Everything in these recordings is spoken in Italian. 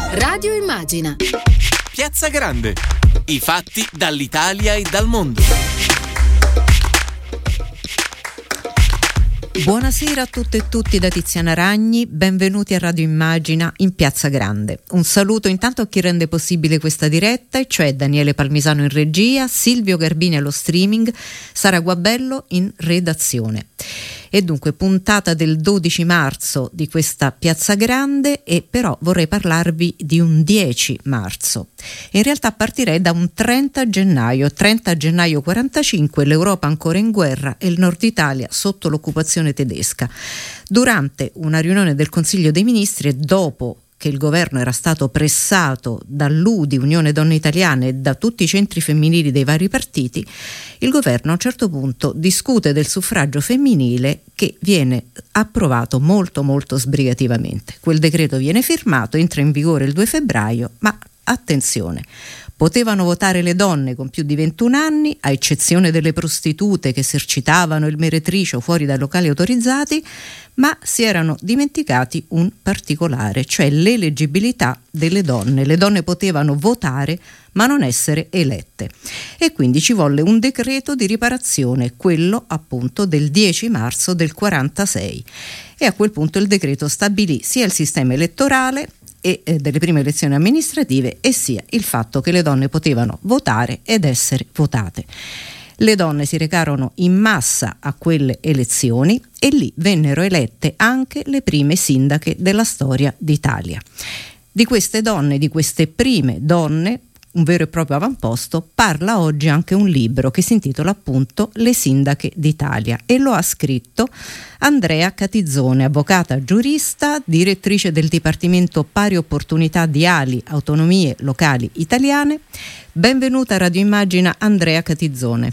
Radio Immagina. Piazza Grande. I fatti dall'Italia e dal mondo. Buonasera a tutte e tutti da Tiziana Ragni, benvenuti a Radio Immagina in Piazza Grande. Un saluto intanto a chi rende possibile questa diretta, e cioè Daniele Palmisano in regia, Silvio Garbini allo streaming, Sara Guabello in redazione. E dunque puntata del 12 marzo di questa Piazza Grande, e però vorrei parlarvi di un 10 marzo. In realtà partirei da un 30 gennaio 45, l'Europa ancora in guerra e il Nord Italia sotto l'occupazione tedesca. Durante una riunione del Consiglio dei Ministri e dopo che il governo era stato pressato dall'UDI, Unione Donne Italiane, e da tutti i centri femminili dei vari partiti, il governo a un certo punto discute del suffragio femminile, che viene approvato molto sbrigativamente. Quel decreto viene firmato, entra in vigore il 2 febbraio, ma attenzione, potevano votare le donne con più di 21 anni, a eccezione delle prostitute che esercitavano il meretricio fuori dai locali autorizzati, ma si erano dimenticati un particolare, cioè l'eleggibilità delle donne. Le donne potevano votare ma non essere elette, e quindi ci volle un decreto di riparazione, quello appunto del 10 marzo del 46, e a quel punto il decreto stabilì sia il sistema elettorale e delle prime elezioni amministrative, e sia il fatto che le donne potevano votare ed essere votate. Le donne si recarono in massa a quelle elezioni e lì vennero elette anche le prime sindache della storia d'Italia. Di queste donne, di queste prime donne, un vero e proprio avamposto, parla oggi anche un libro che si intitola appunto Le sindache d'Italia, e lo ha scritto Andrea Catizzone, avvocata giurista, direttrice del Dipartimento Pari Opportunità di ALI, Autonomie Locali Italiane. Benvenuta a Radio Immagina, Andrea Catizzone.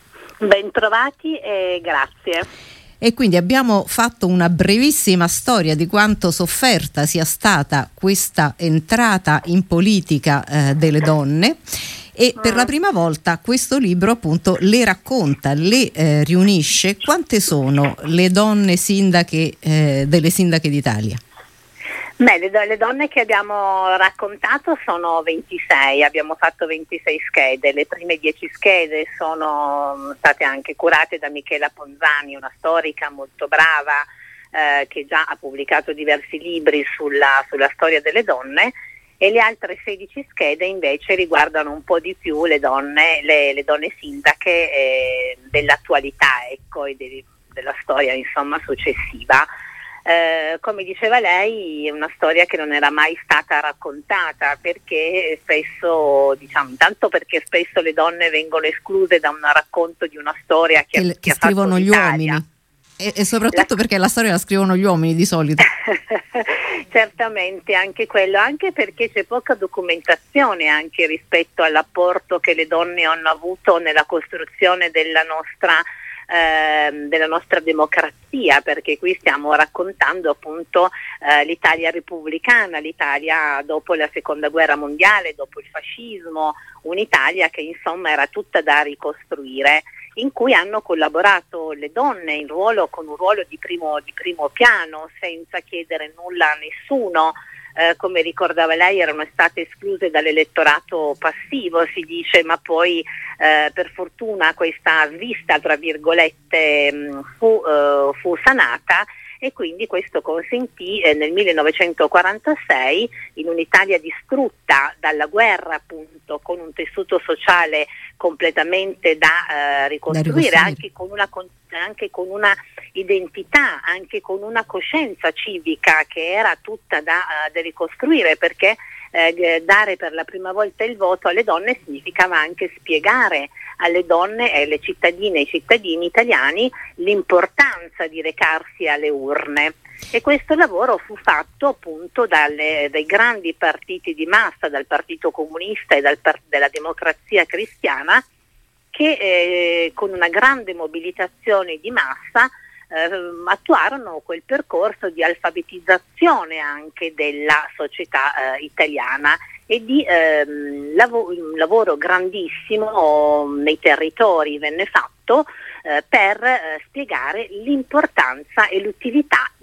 Bentrovati e grazie. E quindi abbiamo fatto una brevissima storia di quanto sofferta sia stata questa entrata in politica delle donne, e per la prima volta questo libro appunto le racconta, le riunisce. Quante sono le donne sindache delle sindache d'Italia? Beh, le donne che abbiamo raccontato sono 26, abbiamo fatto 26 schede, le prime 10 schede sono state anche curate da Michela Ponzani, una storica molto brava che già ha pubblicato diversi libri sulla storia delle donne, e le altre 16 schede invece riguardano un po' di più le donne sindache dell'attualità, ecco, e della storia insomma successiva. Come diceva lei, è una storia che non era mai stata raccontata, perché spesso, intanto perché spesso le donne vengono escluse da un racconto di una storia che scrivono gli uomini, e soprattutto perché la storia la scrivono gli uomini di solito. Certamente anche quello, anche perché c'è poca documentazione anche rispetto all'apporto che le donne hanno avuto nella costruzione della nostra democrazia, perché qui stiamo raccontando appunto l'Italia repubblicana, l'Italia dopo la seconda guerra mondiale, dopo il fascismo, un'Italia che insomma era tutta da ricostruire, in cui hanno collaborato le donne con un ruolo di primo piano, senza chiedere nulla a nessuno. Come ricordava lei, erano state escluse dall'elettorato passivo, si dice, ma poi per fortuna questa svista, tra virgolette, fu sanata, e quindi questo consentì nel 1946, in un'Italia distrutta dalla guerra appunto, con un tessuto sociale completamente da ricostruire, anche con una identità, anche con una coscienza civica che era tutta da ricostruire, perché dare per la prima volta il voto alle donne significava anche spiegare alle donne e alle cittadine e ai cittadini italiani l'importanza di recarsi alle urne. E questo lavoro fu fatto appunto dai grandi partiti di massa, dal Partito Comunista e della Democrazia Cristiana, che con una grande mobilitazione di massa attuarono quel percorso di alfabetizzazione anche della società italiana, e di un lavoro grandissimo nei territori venne fatto per spiegare l'importanza e l'utilità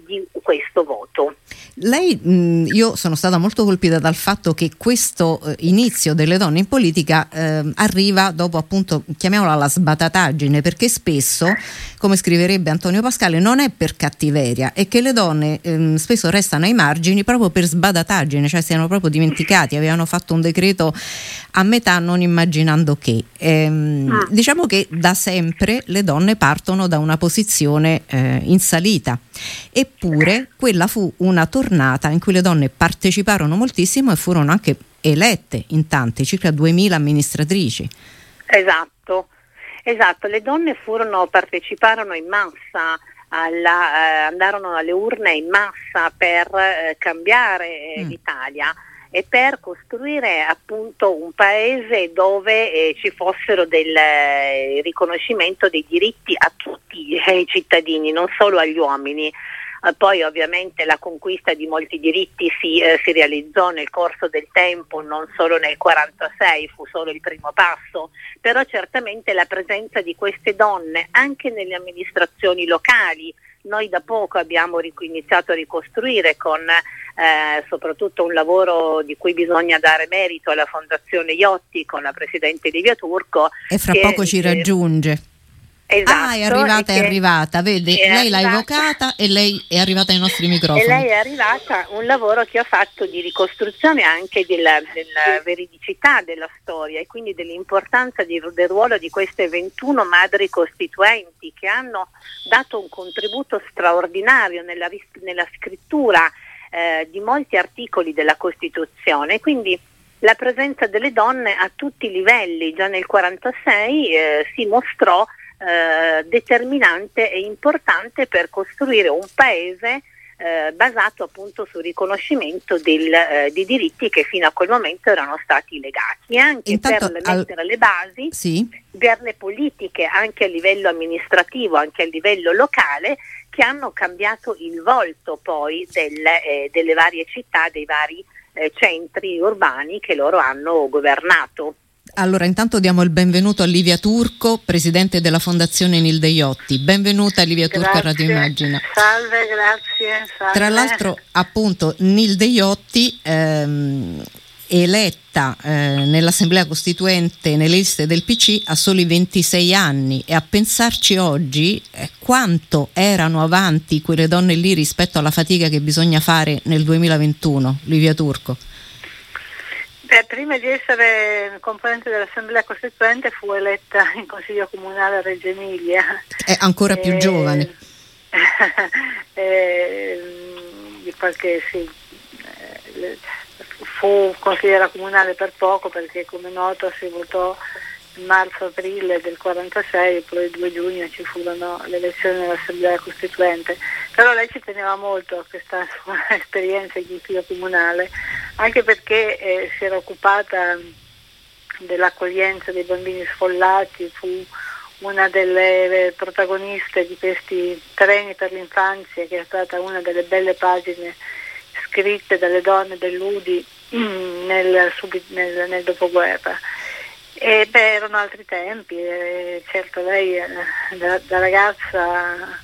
di questo voto. Lei, io sono stata molto colpita dal fatto che questo inizio delle donne in politica arriva dopo, appunto, chiamiamola la sbatataggine, perché spesso, come scriverebbe Antonio Pascale, non è per cattiveria, è che le donne spesso restano ai margini proprio per sbatataggine, cioè si erano proprio dimenticati, avevano fatto un decreto a metà non immaginando che. Diciamo che da sempre le donne partono da una posizione in salita, eppure quella fu una tornata in cui le donne parteciparono moltissimo e furono anche elette in tante, circa 2000 amministratrici. Esatto, le donne parteciparono in massa, andarono alle urne in massa per cambiare l'Italia e per costruire appunto un paese dove ci fossero del riconoscimento dei diritti a tutti i cittadini, non solo agli uomini. Poi ovviamente la conquista di molti diritti si realizzò nel corso del tempo, non solo nel 1946, fu solo il primo passo, però certamente la presenza di queste donne anche nelle amministrazioni locali. Noi da poco abbiamo iniziato a ricostruire con soprattutto un lavoro di cui bisogna dare merito alla Fondazione Iotti con la Presidente Livia Turco. E fra poco ci raggiunge. Esatto, è arrivata, vedi, lei l'ha evocata e lei è arrivata ai nostri microfoni. E lei è arrivata, un lavoro che ho fatto di ricostruzione anche della veridicità della storia e quindi dell'importanza del ruolo di queste 21 madri costituenti che hanno dato un contributo straordinario nella scrittura di molti articoli della Costituzione. Quindi la presenza delle donne a tutti i livelli già nel 1946 si mostrò determinante e importante per costruire un paese basato appunto sul riconoscimento di diritti che fino a quel momento erano stati legati, e anche intanto per mettere le basi per le politiche anche a livello amministrativo, anche a livello locale, che hanno cambiato il volto poi delle varie città, dei vari centri urbani che loro hanno governato. Allora, intanto diamo il benvenuto a Livia Turco, presidente della Fondazione Nilde Iotti. Benvenuta Livia Turco a Radio Immagina. Salve, grazie. Salve. Tra l'altro, appunto, Nilde Iotti, eletta nell'Assemblea Costituente nelle liste del PC a soli 26 anni, e a pensarci oggi quanto erano avanti quelle donne lì rispetto alla fatica che bisogna fare nel 2021, Livia Turco. Prima di essere componente dell'Assemblea Costituente fu eletta in Consiglio Comunale a Reggio Emilia. È ancora più giovane. Fu consigliera comunale per poco, perché come noto si votò in marzo-aprile del 1946 e poi il 2 giugno ci furono le elezioni dell'Assemblea Costituente. Però lei ci teneva molto a questa sua esperienza in consiglio comunale, anche perché si era occupata dell'accoglienza dei bambini sfollati, fu una delle protagoniste di questi treni per l'infanzia, che è stata una delle belle pagine scritte dalle donne dell'UDI nel dopoguerra. Erano altri tempi, certo lei da ragazza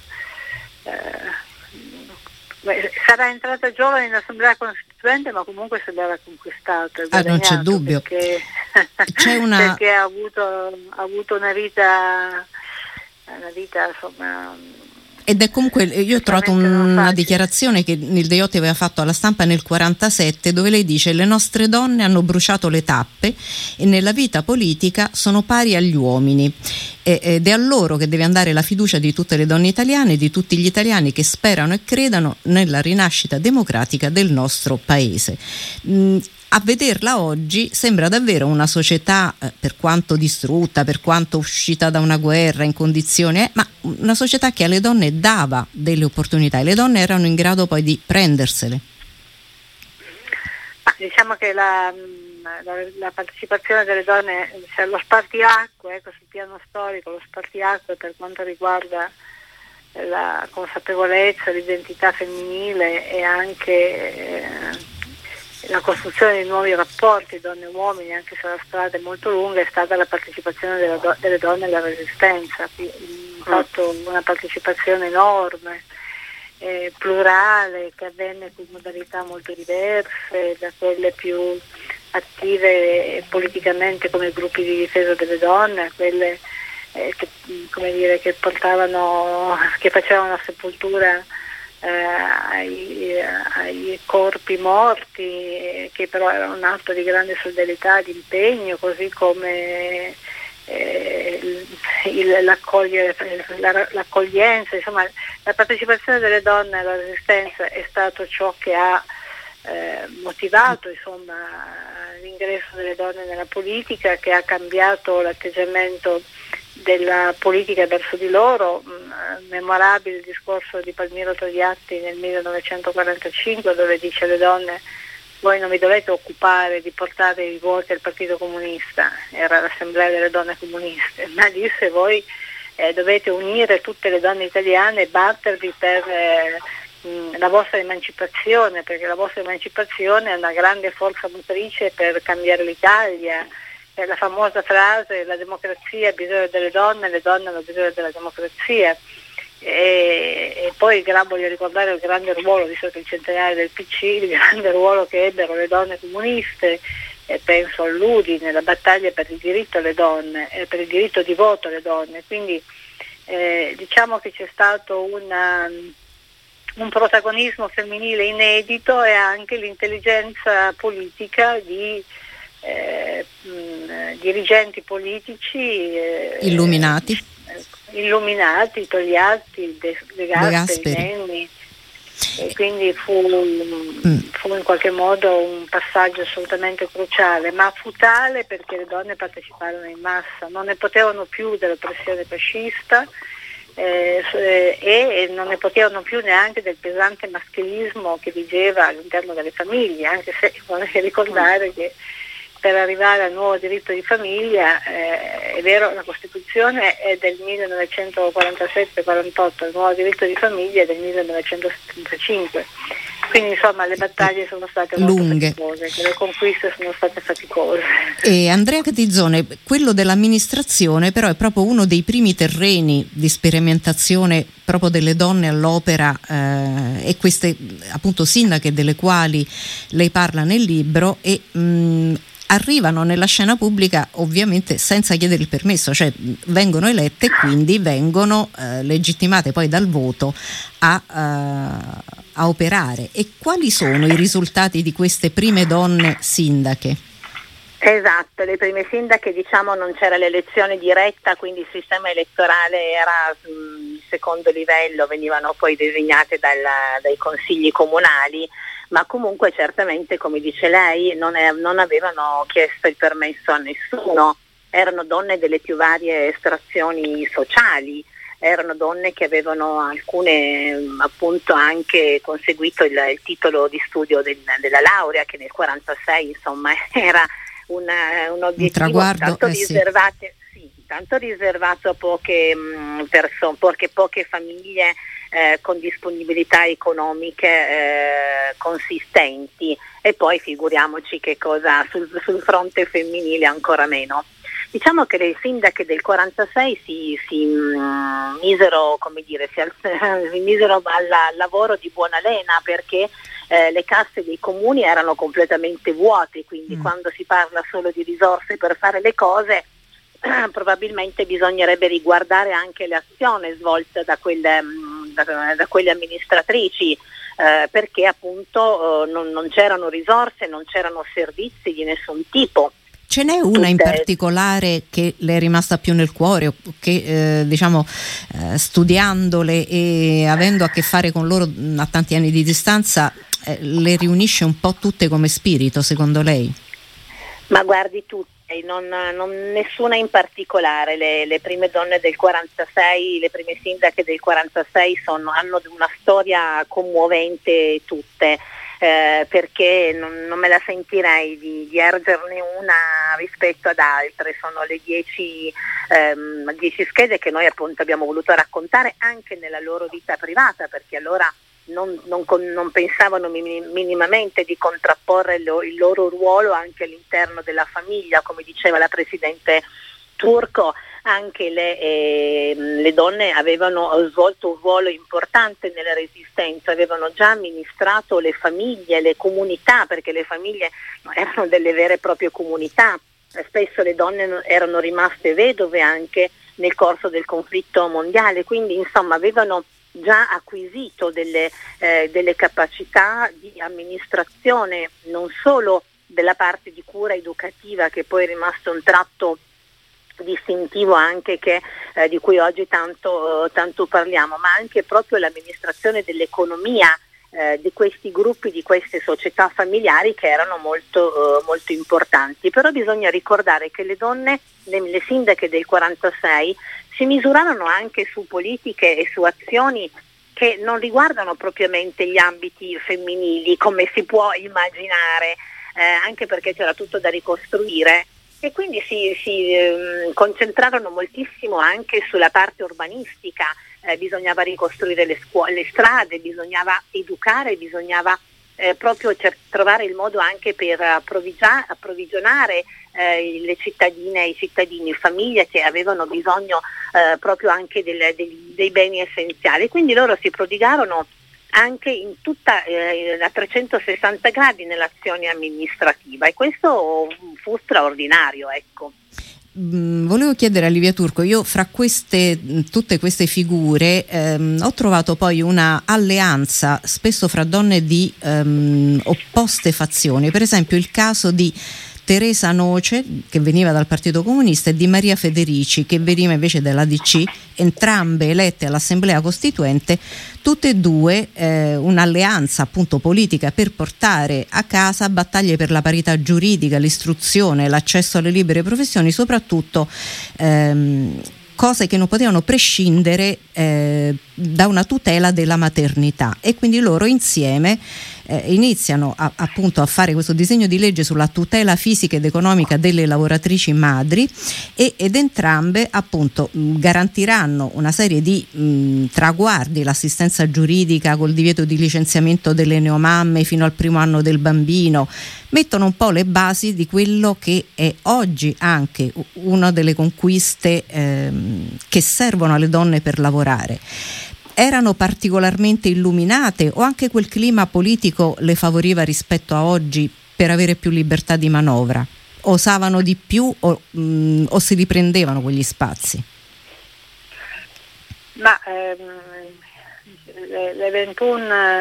sarà entrata giovane in Assemblea Costituente, ma comunque se l'era conquistata. Non c'è dubbio. Perché perché ha avuto una vita insomma. Ed è comunque, io ho trovato una dichiarazione che Nilde Iotti aveva fatto alla stampa nel 1947, dove lei dice: le nostre donne hanno bruciato le tappe e nella vita politica sono pari agli uomini, ed è a loro che deve andare la fiducia di tutte le donne italiane, di tutti gli italiani che sperano e credano nella rinascita democratica del nostro paese. A vederla oggi sembra davvero una società, per quanto distrutta, per quanto uscita da una guerra in condizioni, ma una società che alle donne dava delle opportunità e le donne erano in grado poi di prendersele. Diciamo che la partecipazione delle donne, cioè lo spartiacque, sul piano storico, lo spartiacque per quanto riguarda la consapevolezza, l'identità femminile e anche la costruzione di nuovi rapporti donne-uomini, anche se la strada è molto lunga, è stata la partecipazione delle donne alla resistenza. Fatto una partecipazione enorme, plurale, che avvenne con modalità molto diverse, da quelle più attive politicamente come gruppi di difesa delle donne, a quelle che portavano, che facevano la sepoltura ai corpi morti, che però era un atto di grande solidarietà, di impegno, così come l'accoglienza, insomma la partecipazione delle donne alla resistenza è stato ciò che ha motivato, insomma, l'ingresso delle donne nella politica, che ha cambiato l'atteggiamento della politica verso di loro. Memorabile il discorso di Palmiro Togliatti nel 1945, dove dice alle donne: voi non vi dovete occupare di portare i voti al Partito Comunista, era l'assemblea delle donne comuniste, ma disse: voi dovete unire tutte le donne italiane e battervi per la vostra emancipazione, perché la vostra emancipazione è una grande forza motrice per cambiare l'Italia. È la famosa frase: la democrazia ha bisogno delle donne, le donne hanno bisogno della democrazia. E poi voglio ricordare il grande ruolo, visto che è il centenario del PC, il grande ruolo che ebbero le donne comuniste, penso a Ludi, nella battaglia per il diritto alle donne, per il diritto di voto alle donne. Quindi diciamo che c'è stato un protagonismo femminile inedito, e anche l'intelligenza politica di dirigenti politici illuminati, Togliatti, De Gasperi, Nenni, e quindi fu in qualche modo un passaggio assolutamente cruciale, ma fu tale perché le donne parteciparono in massa, non ne potevano più dell'oppressione fascista, e non ne potevano più neanche del pesante maschilismo che vigeva all'interno delle famiglie, anche se vorrei ricordare che per arrivare al nuovo diritto di famiglia, è vero, la Costituzione è del 1947-48, il nuovo diritto di famiglia è del 1975, quindi insomma le battaglie sono state molto faticose, le conquiste sono state faticose. E Andrea Catizzone, quello dell'amministrazione però è proprio uno dei primi terreni di sperimentazione proprio delle donne all'opera, e queste appunto sindache delle quali lei parla nel libro, e arrivano nella scena pubblica ovviamente senza chiedere il permesso, cioè vengono elette e quindi vengono legittimate poi dal voto a operare. E quali sono i risultati di queste prime donne sindache? Esatto, le prime sindache, diciamo, non c'era l'elezione diretta, quindi il sistema elettorale era il secondo livello, venivano poi designate dai consigli comunali, ma comunque certamente, come dice lei, non avevano chiesto il permesso a nessuno. Erano donne delle più varie estrazioni sociali, erano donne che avevano alcune appunto anche conseguito il titolo di studio della laurea, che nel 1946 insomma era un obiettivo, traguardo, tanto riservato a poche famiglie con disponibilità economiche consistenti, e poi figuriamoci che cosa sul fronte femminile ancora meno. Diciamo che le sindache del 46 si misero, come dire, si misero al lavoro di buona lena, perché le casse dei comuni erano completamente vuote, quindi quando si parla solo di risorse per fare le cose, probabilmente bisognerebbe riguardare anche le azioni svolte da quelle amministratrici, perché appunto non c'erano risorse, non c'erano servizi di nessun tipo. Ce n'è una in particolare che le è rimasta più nel cuore, che studiandole e avendo a che fare con loro a tanti anni di distanza, le riunisce un po' tutte come spirito, secondo lei? Ma guardi, tutte, nessuna in particolare. Le prime donne del 46, le prime sindache del 46 hanno una storia commovente tutte. Perché non me la sentirei di ergerne una rispetto ad altre. Sono le 10 schede che noi appunto abbiamo voluto raccontare anche nella loro vita privata, perché allora non pensavano minimamente di contrapporre il loro ruolo anche all'interno della famiglia, come diceva la Presidente Turco. anche le donne avevano svolto un ruolo importante nella resistenza, avevano già amministrato le famiglie, le comunità, perché le famiglie erano delle vere e proprie comunità. Spesso le donne erano rimaste vedove anche nel corso del conflitto mondiale, quindi insomma avevano già acquisito delle capacità di amministrazione, non solo della parte di cura educativa, che poi è rimasto un tratto distintivo anche di cui oggi tanto parliamo, ma anche proprio l'amministrazione dell'economia di questi gruppi, di queste società familiari che erano molto importanti. Però bisogna ricordare che le donne, le sindache del 46, si misuravano anche su politiche e su azioni che non riguardano propriamente gli ambiti femminili, come si può immaginare, anche perché c'era tutto da ricostruire, e quindi si concentrarono moltissimo anche sulla parte urbanistica. Bisognava ricostruire le strade, bisognava educare, bisognava proprio trovare il modo anche per approvvigionare le cittadine e i cittadini, famiglie che avevano bisogno proprio anche dei beni essenziali. Quindi loro si prodigarono anche in tutta a 360 gradi nell'azione amministrativa, e questo fu straordinario, ecco. Volevo chiedere a Livia Turco, io fra tutte queste figure ho trovato poi una alleanza spesso fra donne di opposte fazioni, per esempio il caso di Teresa Noce, che veniva dal Partito Comunista, e di Maria Federici, che veniva invece dall'ADC, entrambe elette all'Assemblea Costituente, tutte e due un'alleanza appunto politica per portare a casa battaglie per la parità giuridica, l'istruzione, l'accesso alle libere professioni, soprattutto cose che non potevano prescindere da una tutela della maternità, e quindi loro insieme iniziano appunto a fare questo disegno di legge sulla tutela fisica ed economica delle lavoratrici madri, ed entrambe appunto garantiranno una serie di traguardi: l'assistenza giuridica col divieto di licenziamento delle neomamme fino al primo anno del bambino. Mettono un po' le basi di quello che è oggi anche una delle conquiste che servono alle donne per lavorare. Erano particolarmente illuminate, o anche quel clima politico le favoriva rispetto a oggi per avere più libertà di manovra? Osavano di più o si riprendevano quegli spazi? Ma le 21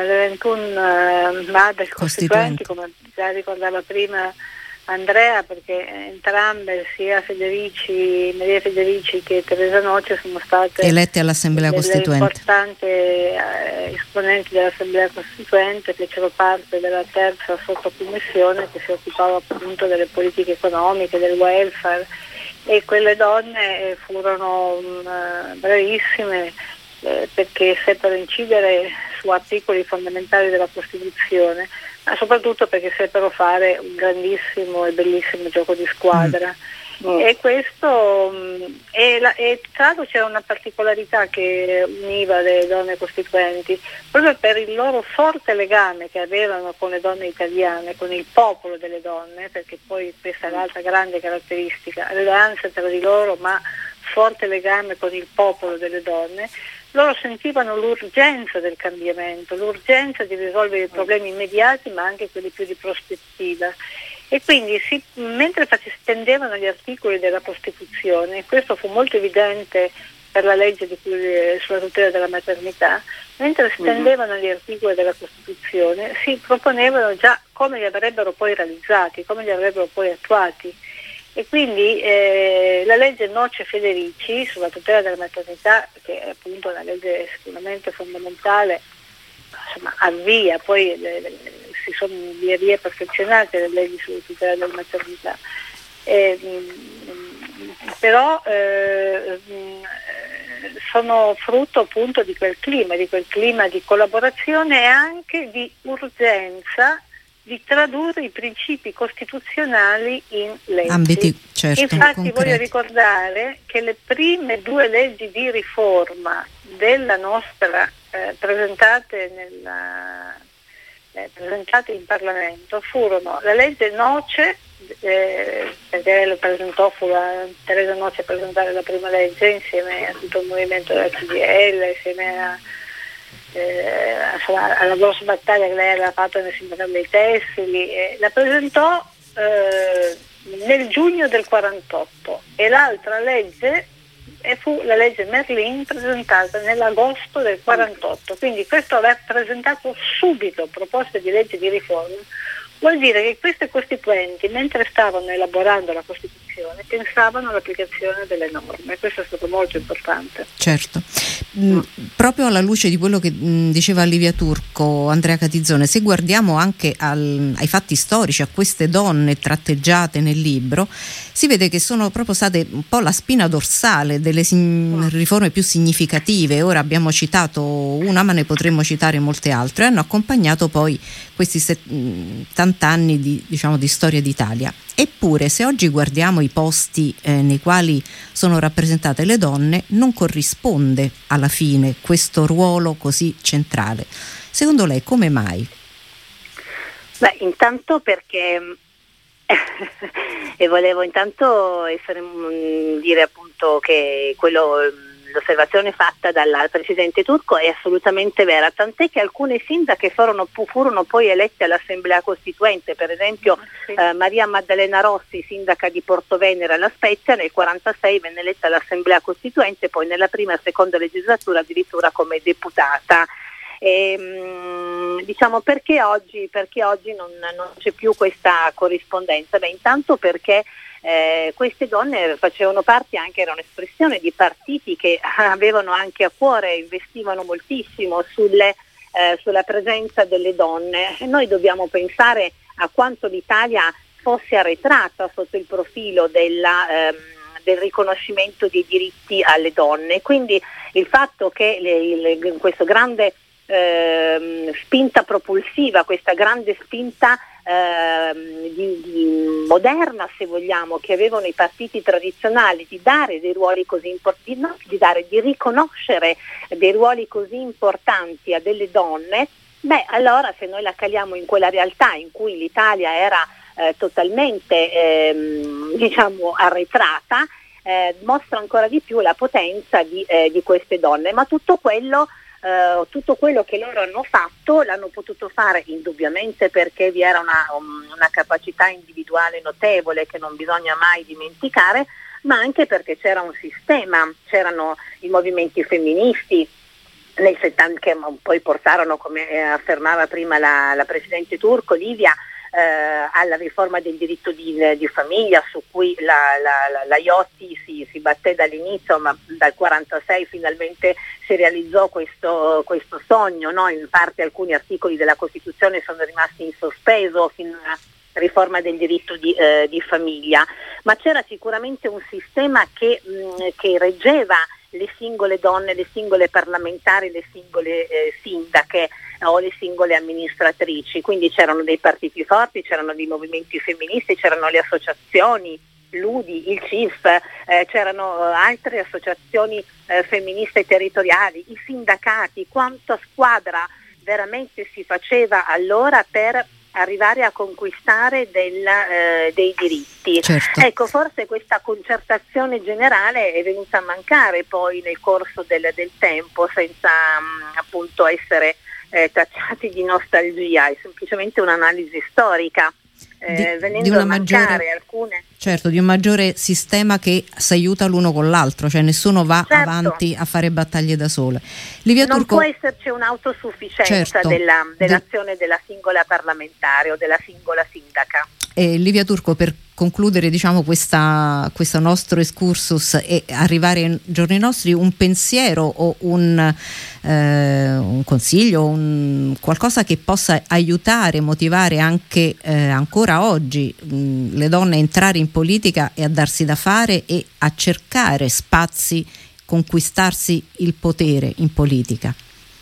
madri costituenti, come già ricordava prima Andrea, perché entrambe, sia Maria Federici che Teresa Noce, sono state elette all'Assemblea Costituente, importanti esponenti dell'Assemblea Costituente, fecero parte della terza sottocommissione che si occupava appunto delle politiche economiche, del welfare, e quelle donne furono bravissime perché seppero incidere su articoli fondamentali della Costituzione, ma soprattutto perché seppero fare un grandissimo e bellissimo gioco di squadra. E questo e tra l'altro c'era una particolarità che univa le donne costituenti, proprio per il loro forte legame che avevano con le donne italiane, con il popolo delle donne, perché poi questa è l'altra grande caratteristica: alleanza tra di loro, ma forte legame con il popolo delle donne. Loro sentivano l'urgenza del cambiamento, l'urgenza di risolvere i problemi immediati, ma anche quelli più di prospettiva. E quindi mentre si stendevano gli articoli della Costituzione, questo fu molto evidente per la legge sulla tutela della maternità, mentre stendevano gli articoli della Costituzione si proponevano già come li avrebbero poi realizzati, come li avrebbero poi attuati. E quindi la legge Noce Federici sulla tutela della maternità, che è appunto una legge sicuramente fondamentale, insomma, avvia, poi si sono via via perfezionate le leggi sulla tutela della maternità, però sono frutto appunto di quel clima di collaborazione e anche di urgenza di tradurre i principi costituzionali in leggi. Ambiti, certo, infatti concreti. Voglio ricordare che le prime due leggi di riforma della nostra presentate in Parlamento furono la legge Noce perché lo presentò, fu Teresa Noce a presentare la prima legge insieme a tutto il movimento della CGIL, insieme alla grossa battaglia che lei aveva fatto nel sindacato dei tessili, la presentò nel giugno del 48, e l'altra legge fu la legge Merlin, presentata nell'agosto del 48. Quindi questo aver presentato subito proposte di legge di riforma vuol dire che questi costituenti, mentre stavano elaborando la Costituzione, pensavano all'applicazione delle norme. Questo è stato molto importante. Certo. Proprio alla luce di quello che diceva Livia Turco, Andrea Catizzone, se guardiamo anche ai fatti storici, a queste donne tratteggiate nel libro, si vede che sono proprio state un po' la spina dorsale delle riforme più significative. Ora abbiamo citato una, ma ne potremmo citare molte altre. Hanno accompagnato poi questi 70 anni di storia d'Italia. Eppure, se oggi guardiamo i posti nei quali sono rappresentate le donne, non corrisponde alla fine questo ruolo così centrale. Secondo lei come mai? Beh, intanto perché e volevo intanto dire appunto che l'osservazione fatta dal presidente Turco è assolutamente vera, tant'è che alcune sindache furono poi elette all'Assemblea Costituente, per esempio Maria Maddalena Rossi, sindaca di Portovenere alla Spezia, nel 1946 venne eletta all'Assemblea Costituente, poi nella prima e seconda legislatura addirittura come deputata. Diciamo perché oggi non c'è più questa corrispondenza? Beh, intanto perché queste donne facevano parte anche, era un'espressione di partiti che avevano anche a cuore, investivano moltissimo sulla presenza delle donne, e noi dobbiamo pensare a quanto l'Italia fosse arretrata sotto il profilo del riconoscimento dei diritti alle donne. Quindi il fatto che questo grande spinta propulsiva, questa grande spinta moderna, se vogliamo, che avevano i partiti tradizionali, di dare dei ruoli così importanti, di riconoscere dei ruoli così importanti a delle donne, beh, allora se noi la caliamo in quella realtà in cui l'Italia era totalmente arretrata, mostra ancora di più la potenza di queste donne. Ma tutto quello che loro hanno fatto l'hanno potuto fare indubbiamente perché vi era una capacità individuale notevole che non bisogna mai dimenticare, ma anche perché c'era un sistema, c'erano i movimenti femministi nel 70 che poi portarono, come affermava prima la Presidente Turco, Livia, alla riforma del diritto di famiglia, su cui la Iotti si batté dall'inizio, ma dal 46 finalmente si realizzò questo sogno, no? In parte alcuni articoli della Costituzione sono rimasti in sospeso fino alla riforma del diritto di famiglia, ma c'era sicuramente un sistema che reggeva le singole donne, le singole parlamentari, le singole sindache o le singole amministratrici. Quindi c'erano dei partiti forti, c'erano dei movimenti femministi, c'erano le associazioni, l'UDI, il CIF, c'erano altre associazioni femministe territoriali, i sindacati. Quanta squadra veramente si faceva allora per arrivare a conquistare dei diritti. Certo. Ecco, forse questa concertazione generale è venuta a mancare poi nel corso del tempo, senza appunto essere tacciati di nostalgia, è semplicemente un'analisi storica, venendo a mancare alcune. Certo, di un maggiore sistema che si aiuta l'uno con l'altro, cioè nessuno va avanti a fare battaglie da sole. Livia non Turco, può esserci un'autosufficienza dell'azione della singola parlamentare o della singola sindaca. Livia Turco, per concludere questo nostro excursus e arrivare ai giorni nostri, un pensiero o un consiglio, qualcosa che possa aiutare, motivare anche ancora oggi le donne a entrare in politica e a darsi da fare e a cercare spazi, conquistarsi il potere in politica?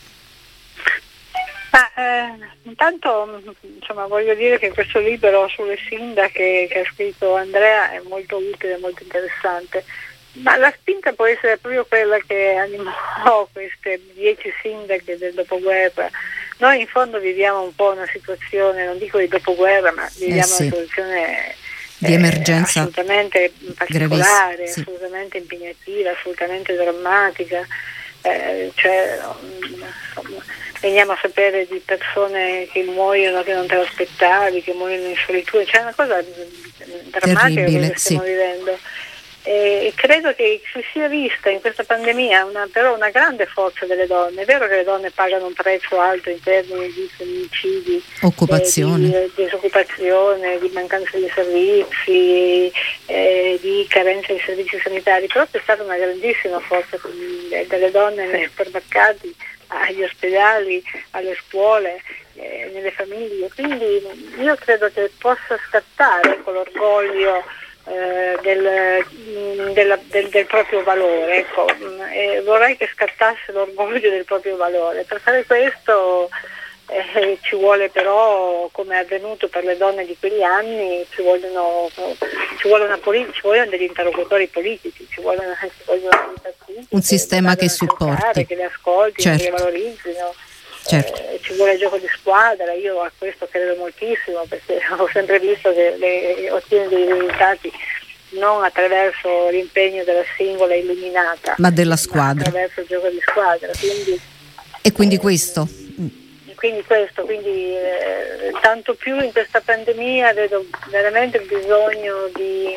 Intanto voglio dire che questo libro sulle sindache che ha scritto Andrea è molto utile, molto interessante, ma la spinta può essere proprio quella che animò queste 10 sindache del dopoguerra. Noi in fondo viviamo un po' una situazione, non dico di dopoguerra, ma viviamo una situazione di emergenza assolutamente particolare, sì. Assolutamente impegnativa, assolutamente drammatica. Insomma, veniamo a sapere di persone che muoiono, che non te lo aspettavi, che muoiono in solitudine, c'è una cosa drammatica che stiamo vivendo. E credo che si sia vista in questa pandemia però una grande forza delle donne. È vero che le donne pagano un prezzo alto in termini di femminicidi, occupazione, di disoccupazione, di mancanza di servizi, di carenza di servizi sanitari, però c'è stata una grandissima forza delle donne nei supermercati, agli ospedali, alle scuole, nelle famiglie. Quindi io credo che possa scattare con l'orgoglio del proprio valore, ecco. Vorrei che scattasse l'orgoglio del proprio valore. Per fare questo ci vuole però, come è avvenuto per le donne di quegli anni, ci vogliono degli interlocutori politici, ci vogliono dei partiti, un sistema che supporti, che le ascolti, certo, che le valorizzino. Certo. Ci vuole il gioco di squadra, io a questo credo moltissimo, perché ho sempre visto che ottiene dei risultati non attraverso l'impegno della singola illuminata, ma della squadra, ma attraverso il gioco di squadra. Quindi questo. Quindi tanto più in questa pandemia vedo veramente bisogno di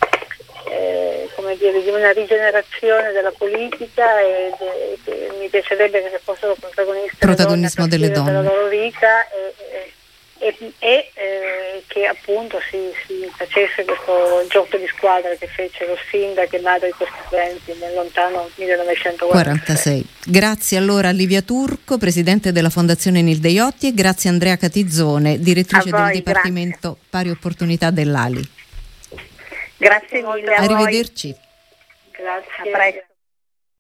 di una rigenerazione della politica, e mi piacerebbe che fossero protagonismo delle donne della loro vita, e che appunto si facesse questo gioco di squadra che fece lo sindaco e madre costituenti nel lontano 1946. Grazie allora a Livia Turco, presidente della Fondazione Nilde Iotti, e grazie a Andrea Catizzone, direttrice del Dipartimento Pari Opportunità dell'ALI. Grazie mille. Arrivederci. Grazie. A presto.